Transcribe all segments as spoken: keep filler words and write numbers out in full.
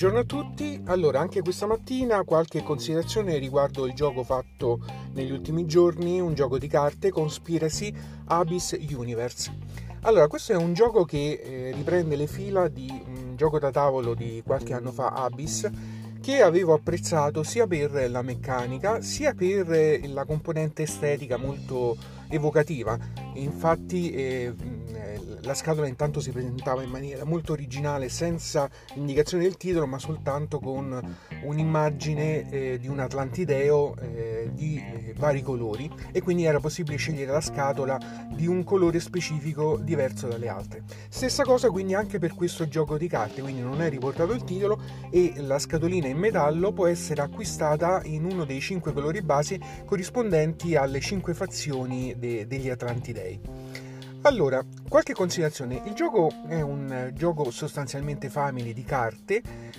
Buongiorno a tutti. Allora, anche questa mattina qualche considerazione riguardo il gioco fatto negli ultimi giorni, un gioco di carte, Conspiracy Abyss Universe. Allora, questo è un gioco che eh, riprende le fila di un gioco da tavolo di qualche anno fa, Abyss, che avevo apprezzato sia per la meccanica sia per eh, la componente estetica molto evocativa. Infatti eh, la scatola intanto si presentava in maniera molto originale, senza indicazione del titolo, ma soltanto con un'immagine eh, di un atlantideo eh, di eh, vari colori, e quindi era possibile scegliere la scatola di un colore specifico diverso dalle altre. Stessa cosa quindi anche per questo gioco di carte, quindi non è riportato il titolo e la scatolina in metallo può essere acquistata in uno dei cinque colori base corrispondenti alle cinque fazioni de- degli atlantidei. Allora, qualche considerazione. Il gioco è un gioco sostanzialmente family di carte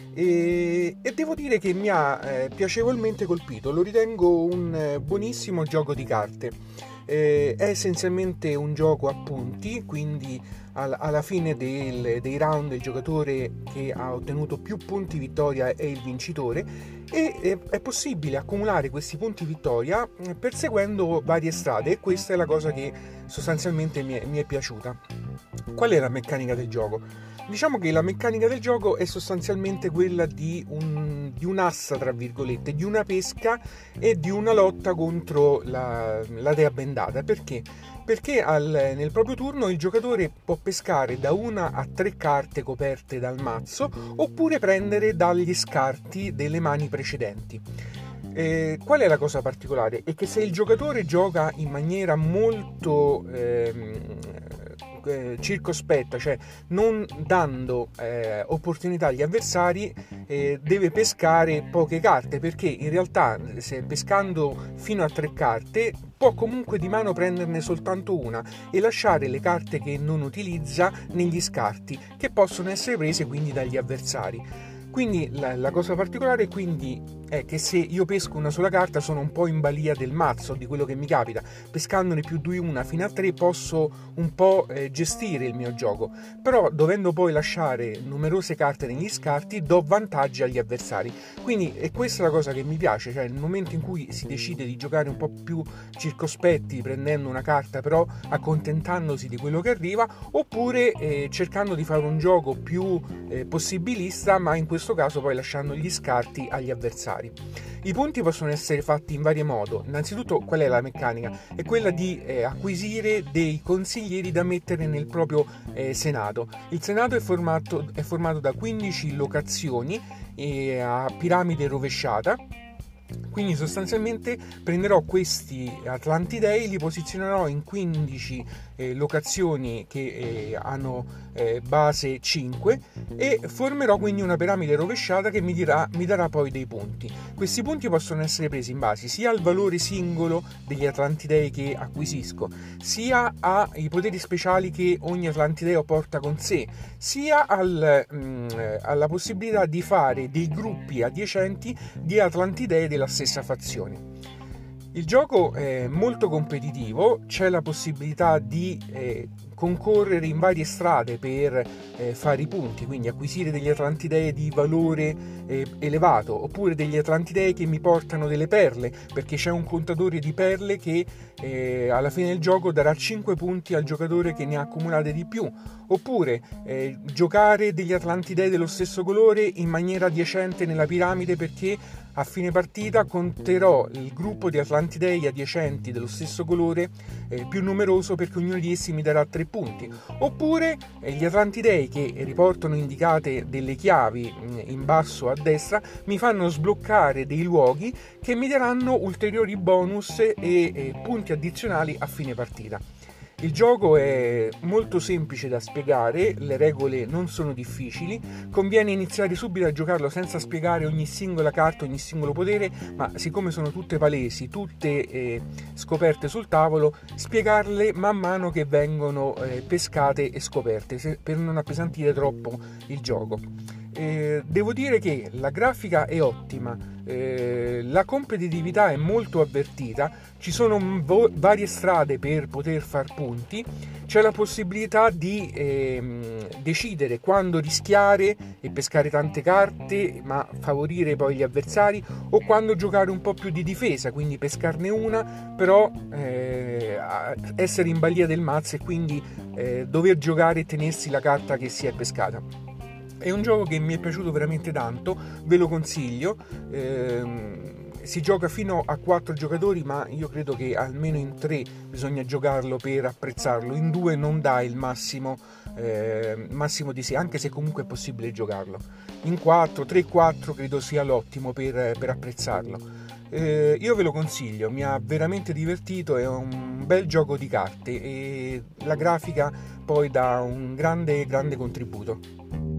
e, e devo dire che mi ha eh, piacevolmente colpito. Lo ritengo un eh, buonissimo gioco di carte. Eh, è essenzialmente un gioco a punti, quindi al, alla fine del, dei round il giocatore che ha ottenuto più punti vittoria è il vincitore, e eh, è possibile accumulare questi punti vittoria eh, perseguendo varie strade, e questa è la cosa che sostanzialmente mi è, mi è piaciuta. Qual è la meccanica del gioco? Diciamo che la meccanica del gioco è sostanzialmente quella di, un, di un'assa, tra virgolette, di una pesca e di una lotta contro la, la dea bendata. Perché? Perché al, nel proprio turno il giocatore può pescare da una a tre carte coperte dal mazzo, oppure prendere dagli scarti delle mani precedenti. Eh, qual è la cosa particolare? È che se il giocatore gioca in maniera molto ehm, eh, circospetta, cioè non dando eh, opportunità agli avversari, eh, deve pescare poche carte, perché in realtà se pescando fino a tre carte può comunque di mano prenderne soltanto una e lasciare le carte che non utilizza negli scarti, che possono essere prese quindi dagli avversari. Quindi la, la cosa particolare quindi è che se io pesco una sola carta sono un po' in balia del mazzo, di quello che mi capita. Pescandone più di una fino a tre posso un po' eh, gestire il mio gioco, però dovendo poi lasciare numerose carte negli scarti do vantaggi agli avversari. Quindi è questa la cosa che mi piace, cioè nel momento in cui si decide di giocare un po' più circospetti, prendendo una carta però accontentandosi di quello che arriva, oppure eh, cercando di fare un gioco più eh, possibilista, ma in questo caso poi lasciando gli scarti agli avversari. I punti possono essere fatti in vario modo. Innanzitutto, qual è la meccanica? È quella di eh, acquisire dei consiglieri da mettere nel proprio eh, senato. Il senato è formato, è formato da quindici locazioni eh, a piramide rovesciata. Quindi sostanzialmente prenderò questi atlantidei, li posizionerò in quindici eh, locazioni che eh, hanno eh, base cinque, e formerò quindi una piramide rovesciata che mi, dirà, mi darà poi dei punti. Questi punti possono essere presi in base sia al valore singolo degli atlantidei che acquisisco, sia ai poteri speciali che ogni atlantideo porta con sé, sia al, mh, alla possibilità di fare dei gruppi adiacenti di atlantidei della stessa fazione. Il gioco è molto competitivo, c'è la possibilità di eh, concorrere in varie strade per eh, fare i punti, quindi acquisire degli atlantidei di valore eh, elevato, oppure degli atlantidei che mi portano delle perle, perché c'è un contatore di perle che eh, alla fine del gioco darà cinque punti al giocatore che ne ha accumulate di più, oppure eh, giocare degli atlantidei dello stesso colore in maniera adiacente nella piramide, perché a fine partita conterò il gruppo di atlantidei adiacenti dello stesso colore eh, più numeroso, perché ognuno di essi mi darà tre punti. Oppure eh, gli atlantidei che riportano indicate delle chiavi mh, in basso a destra mi fanno sbloccare dei luoghi che mi daranno ulteriori bonus e eh, punti addizionali a fine partita. Il gioco è molto semplice da spiegare, le regole non sono difficili, conviene iniziare subito a giocarlo senza spiegare ogni singola carta, ogni singolo potere, ma siccome sono tutte palesi, tutte eh, scoperte sul tavolo, spiegarle man mano che vengono eh, pescate e scoperte, se, per non appesantire troppo il gioco. Eh, devo dire che la grafica è ottima, eh, la competitività è molto avvertita, ci sono vo- varie strade per poter far punti, c'è la possibilità di ehm, decidere quando rischiare e pescare tante carte ma favorire poi gli avversari, o quando giocare un po' più di difesa, quindi pescarne una però eh, essere in balia del mazzo e quindi eh, dover giocare e tenersi la carta che si è pescata. È un gioco che mi è piaciuto veramente tanto, ve lo consiglio. Ehm, si gioca fino a quattro giocatori, ma io credo che almeno in tre bisogna giocarlo per apprezzarlo. In due non dà il massimo, eh, massimo di sé, anche se comunque è possibile giocarlo. In quattro, tre quattro credo sia l'ottimo per, per apprezzarlo. Eh, io ve lo consiglio, mi ha veramente divertito, è un bel gioco di carte e la grafica poi dà un grande, grande contributo.